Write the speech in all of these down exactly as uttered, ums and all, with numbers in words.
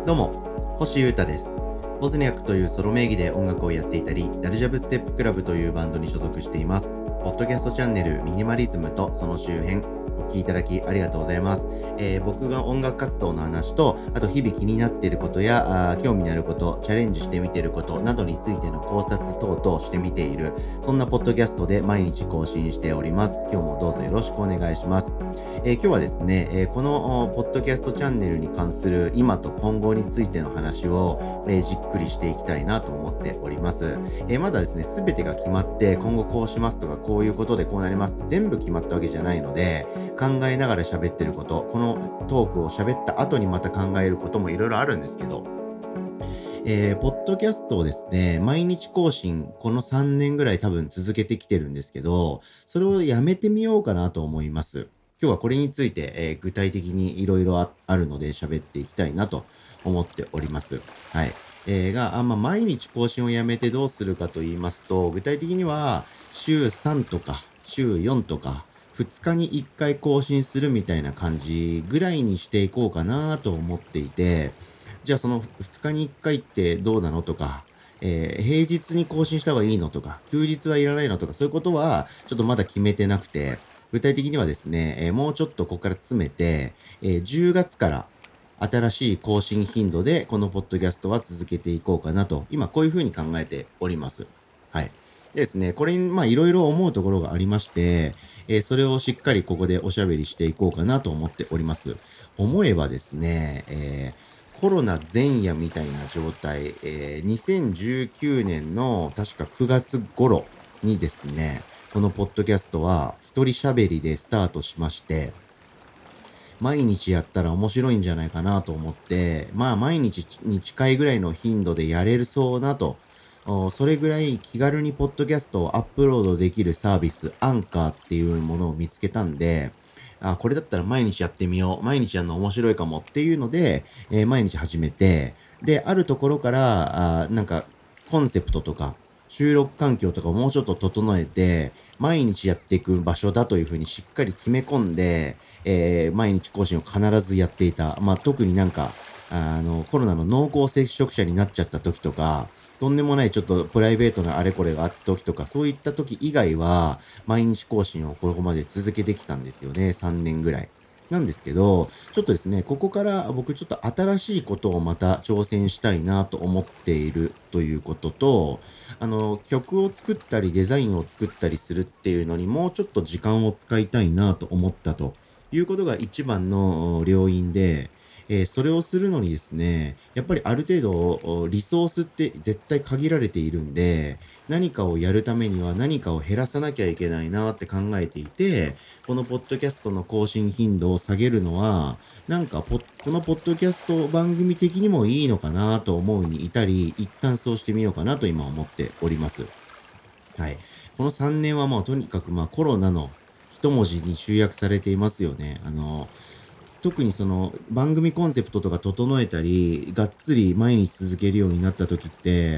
どうも、星優太です。ボズニャックというソロ名義で音楽をやっていたり、ダルジャブステップクラブというバンドに所属しています。ポッドキャストチャンネルミニマリズムとその周辺、お聞きいただきありがとうございます。えー、僕が音楽活動の話と、あと日々気になっていることや、あ興味のあること、チャレンジしてみていることなどについての考察等々してみている、そんなポッドキャストで毎日更新しております。今日もどうぞよろしくお願いします。えー、今日はですね、えー、このポッドキャストチャンネルに関する今と今後についての話を、えー、じっくりしていきたいなと思っております。えー、まだですね、すべてが決まって今後こうしますとかこういうことでこうなりますって全部決まったわけじゃないので、考えながら喋ってること、このトークを喋った後にまた考えることもいろいろあるんですけど、えー、ポッドキャストをですね、毎日更新、このさんねんぐらい多分続けてきてるんですけど、それをやめてみようかなと思います。今日はこれについて、えー、具体的にいろいろあるので喋っていきたいなと思っております。はい。えー、が、あ、まあ、毎日更新をやめてどうするかと言いますと、具体的には週さんとか週よんとか、ふつかにいっかい更新するみたいな感じぐらいにしていこうかなと思っていて、じゃあそのふつかにいっかいってどうなのとか、えー、平日に更新した方がいいのとか、休日はいらないのとか、そういうことはちょっとまだ決めてなくて、具体的にはですね、えー、もうちょっとここから詰めて、えー、じゅうがつから新しい更新頻度でこのポッドキャストは続けていこうかなと、今こういうふうに考えております。はい。でですね、これにまあいろいろ思うところがありまして、えー、それをしっかりここでおしゃべりしていこうかなと思っております。思えばですね、えーコロナ前夜みたいな状態、えー、にせんじゅうきゅうねんの確かくがつ頃にですね、このポッドキャストは一人喋りでスタートしまして、毎日やったら面白いんじゃないかなと思って、まあ毎日に近いぐらいの頻度でやれるそうなと、それぐらい気軽にポッドキャストをアップロードできるサービス、アンカーっていうものを見つけたんで、あ、これだったら毎日やってみよう。毎日やるの面白いかもっていうので、えー毎日始めて、で、あるところから、あなんか、コンセプトとか、収録環境とかをもうちょっと整えて、毎日やっていく場所だというふうにしっかり決め込んで、えー毎日更新を必ずやっていた。まあ、特になんか、あの、コロナの濃厚接触者になっちゃった時とか、とんでもないちょっとプライベートなあれこれがあった時とか、そういった時以外は、毎日更新をここまで続けてきたんですよね。さんねんぐらい。なんですけど、ちょっとですね、ここから僕ちょっと新しいことをまた挑戦したいなと思っているということと、あの、曲を作ったりデザインを作ったりするっていうのにもうちょっと時間を使いたいなと思ったということが一番の要因で、えーそれをするのにですね、やっぱりある程度リソースって絶対限られているんで、何かをやるためには何かを減らさなきゃいけないなって考えていて、このポッドキャストの更新頻度を下げるのは、なんかポッこのポッドキャスト番組的にもいいのかなと思うに至り、一旦そうしてみようかなと今思っております。はい。このさんねんはまあとにかくまあコロナの一文字に集約されていますよね。あの、特にその番組コンセプトとか整えたり、がっつり毎日続けるようになった時って、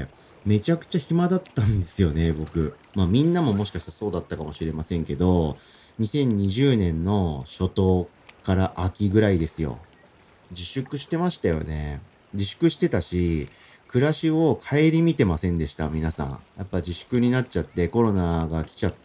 めちゃくちゃ暇だったんですよね、僕。まあみんなももしかしたらそうだったかもしれませんけど、にせんにじゅうねんの初頭から秋ぐらいですよ。自粛してましたよね。自粛してたし、暮らしを顧みてませんでした、皆さん。やっぱ自粛になっちゃって、コロナが来ちゃって、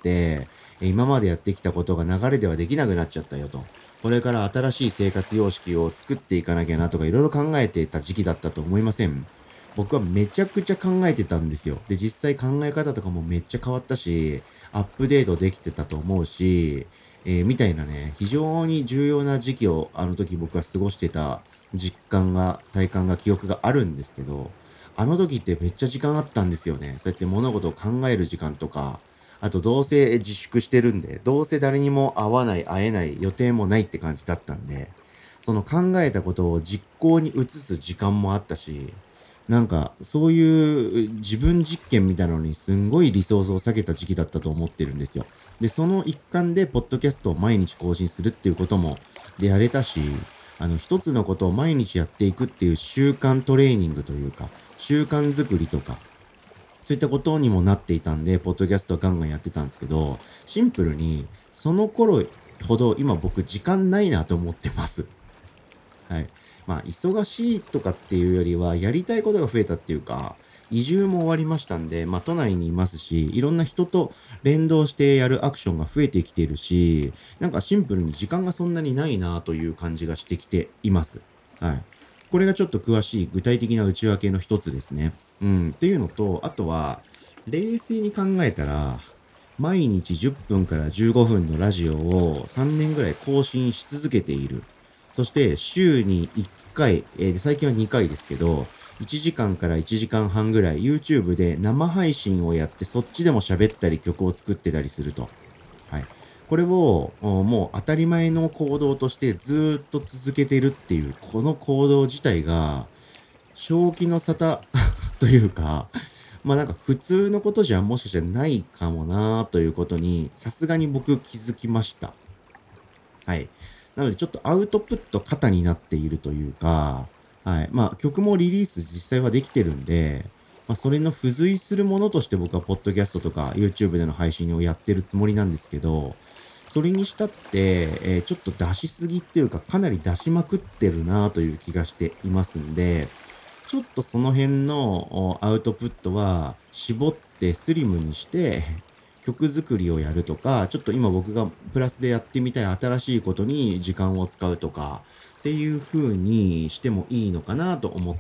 え今までやってきたことが流れではできなくなっちゃったよと。これから新しい生活様式を作っていかなきゃなとかいろいろ考えてた時期だったと思いません？僕はめちゃくちゃ考えてたんですよ。で、実際考え方とかもめっちゃ変わったし、アップデートできてたと思うし、えーみたいなね、非常に重要な時期をあの時僕は過ごしてた実感が、体感が、記憶があるんですけど、あの時ってめっちゃ時間あったんですよね。そうやって物事を考える時間とか、あとどうせ自粛してるんで、どうせ誰にも会わない、会えない、予定もないって感じだったんで、その考えたことを実行に移す時間もあったし、なんか、そういう自分実験みたいなのにすんごいリソースを下げた時期だったと思ってるんですよ。で、その一環で、ポッドキャストを毎日更新するっていうことも、で、やれたし、あの、一つのことを毎日やっていくっていう習慣トレーニングというか、習慣作りとか、そういったことにもなっていたんで、ポッドキャストはガンガンやってたんですけど、シンプルに、その頃ほど今僕時間ないなと思ってます。はい。 まあ、忙しいとかっていうよりは、やりたいことが増えたっていうか、移住も終わりましたんで、まあ、都内にいますし、いろんな人と連動してやるアクションが増えてきているし、なんかシンプルに時間がそんなにないなという感じがしてきています。はい。これがちょっと詳しい具体的な内訳の一つですね。うん。っていうのと、あとは、冷静に考えたら、毎日じゅっぷんからじゅうごふんのラジオをさんねんぐらい更新し続けている。そして週にいっかい、えー最近はにかいですけど、いちじかんからいちじかんはんぐらい YouTube で生配信をやってそっちでも喋ったり曲を作ってたりすると。はい。これをおもう当たり前の行動としてずーっと続けてるっていう、この行動自体が正気の沙汰というか、まあなんか普通のことじゃもしかしたらないかもなーということに、さすがに僕気づきました。はい。なのでちょっとアウトプット型になっているというか、はい。まあ曲もリリース実際はできてるんで、まあそれの付随するものとして僕はポッドキャストとか YouTube での配信をやってるつもりなんですけど、それにしたって、えーちょっと出しすぎっていうかかなり出しまくってるなという気がしていますんで、ちょっとその辺のおアウトプットは絞ってスリムにして曲作りをやるとか、ちょっと今僕がプラスでやってみたい新しいことに時間を使うとかっていう風にしてもいいのかなと思って、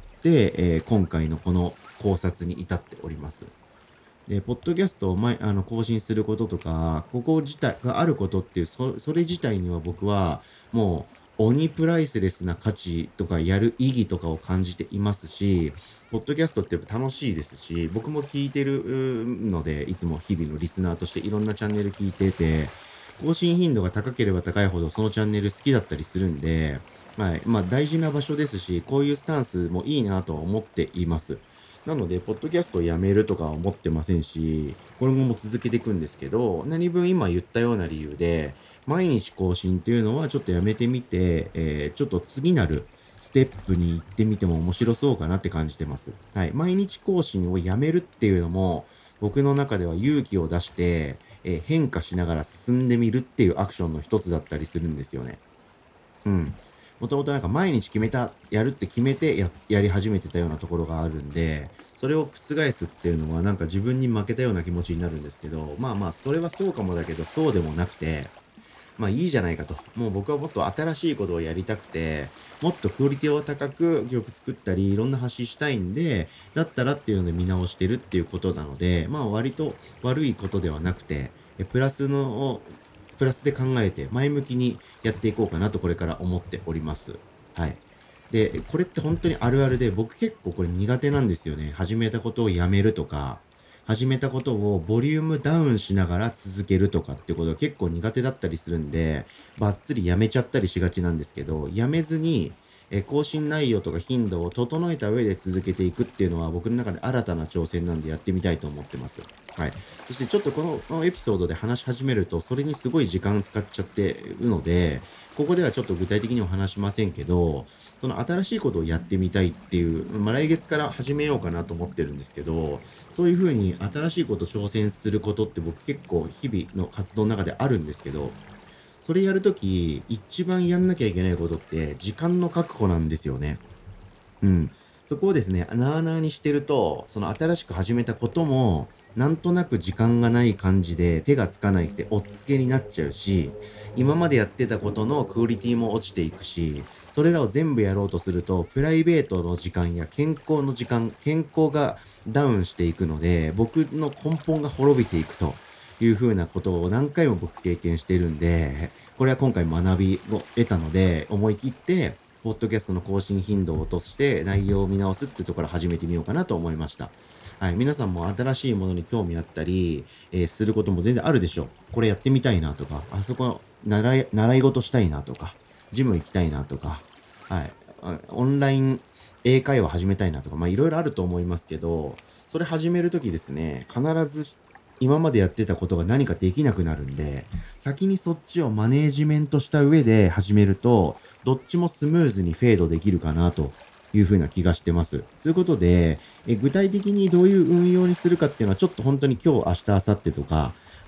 えー今回のこの考察に至っております。で、ポッドキャストを毎あの更新することとか、ここ自体があることっていう、そそれ自体には僕はもう鬼プライスレスな価値とかやる意義とかを感じていますし、ポッドキャストってやっぱ楽しいですし、僕も聞いてるうーので、いつも日々のリスナーとしていろんなチャンネル聞いてて、更新頻度が高ければ高いほどそのチャンネル好きだったりするんで、はい。まあ大事な場所ですし、こういうスタンスもいいなとは思っています。なので、ポッドキャストをやめるとかは思ってませんし、これも続けていくんですけど、何分今言ったような理由で、毎日更新っていうのはちょっとやめてみて、えーちょっと次なるステップに行ってみても面白そうかなって感じてます。はい。毎日更新をやめるっていうのも、僕の中では勇気を出して、えー変化しながら進んでみるっていうアクションの一つだったりするんですよね。うん。もともとなんか毎日決めた、やるって決めてや、やり始めてたようなところがあるんで、それを覆すっていうのはなんか自分に負けたような気持ちになるんですけど、まあまあ、それはそうかもだけど、そうでもなくて、まあいいじゃないかと。もう僕はもっと新しいことをやりたくて、もっとクオリティを高く曲作ったり、いろんな発信したいんで、だったらっていうので見直してるっていうことなので、まあ割と悪いことではなくて、えプラスの、プラスで考えて前向きにやっていこうかなとこれから思っております。はい。で、これって本当にあるあるで、僕結構これ苦手なんですよね。始めたことをやめるとか、始めたことをボリュームダウンしながら続けるとかっていうことが結構苦手だったりするんで、バッツリやめちゃったりしがちなんですけど、やめずに、えー更新内容とか頻度を整えた上で続けていくっていうのは僕の中で新たな挑戦なんでやってみたいと思ってます。はい。そしてちょっとこのこのエピソードで話し始めると、それにすごい時間使っちゃってるので、ここではちょっと具体的には話しませんけど、その新しいことをやってみたいっていう、まあ、来月から始めようかなと思ってるんですけど、そういうふうに新しいこと挑戦することって僕結構日々の活動の中であるんですけど、それやるとき一番やんなきゃいけないことって時間の確保なんですよね。うん。そこをですね、なあなあにしてると、その新しく始めたことも、なんとなく時間がない感じで手がつかないっておっつけになっちゃうし、今までやってたことのクオリティも落ちていくし、それらを全部やろうとすると、プライベートの時間や健康の時間、健康がダウンしていくので、僕の根本が滅びていくというふうなことを何回も僕経験してるんで、これは今回学びを得たので、思い切って、ポッドキャストの更新頻度を落として内容を見直すってところから始めてみようかなと思いました。はい。皆さんも新しいものに興味あったり、えーすることも全然あるでしょう。これやってみたいなとか、あそこ習い、習い事したいなとか、ジム行きたいなとか、はい。あオンライン英会話始めたいなとか、まあいろいろあると思いますけど、それ始めるときですね、必ず今までやってたことが何かできなくなるんで、先にそっちをマネージメントした上で始めると、どっちもスムーズにフェードできるかなというふうな気がしてます。ということで、え具体的にどういう運用にするかっていうのはちょっと本当に今日、明日、明後日とか、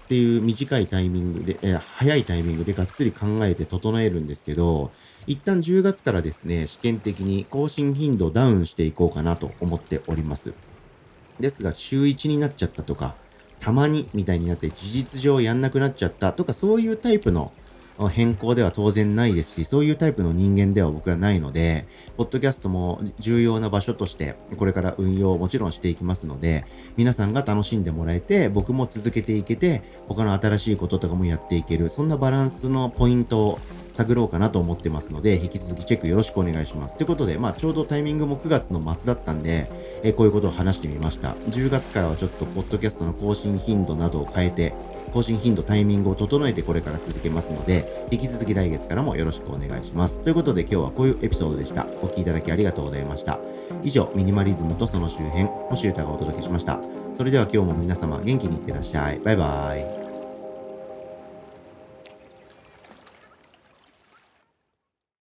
っていう短いタイミングで、えー早いタイミングでがっつり考えて整えるんですけど、一旦じゅうがつからですね、試験的に更新頻度をダウンしていこうかなと思っております。ですが、週いちになっちゃったとか、たまにみたいになって事実上やんなくなっちゃったとか、そういうタイプの変更では当然ないですし、そういうタイプの人間では僕はないので、ポッドキャストも重要な場所としてこれから運用をもちろんしていきますので、皆さんが楽しんでもらえて、僕も続けていけて、他の新しいこととかもやっていける、そんなバランスのポイントを探ろうかなと思ってますので、引き続きチェックよろしくお願いします。ということで、まあちょうどタイミングもくがつの末だったんで、えーこういうことを話してみました。じゅうがつからはちょっとポッドキャストの更新頻度などを変えて、更新頻度、タイミングを整えてこれから続けますので、引き続き来月からもよろしくお願いします。ということで今日はこういうエピソードでした。お聞きいただきありがとうございました。以上、ミニマリズムとその周辺、星歌がお届けしました。それでは今日も皆様元気にいってらっしゃい。バイバイ。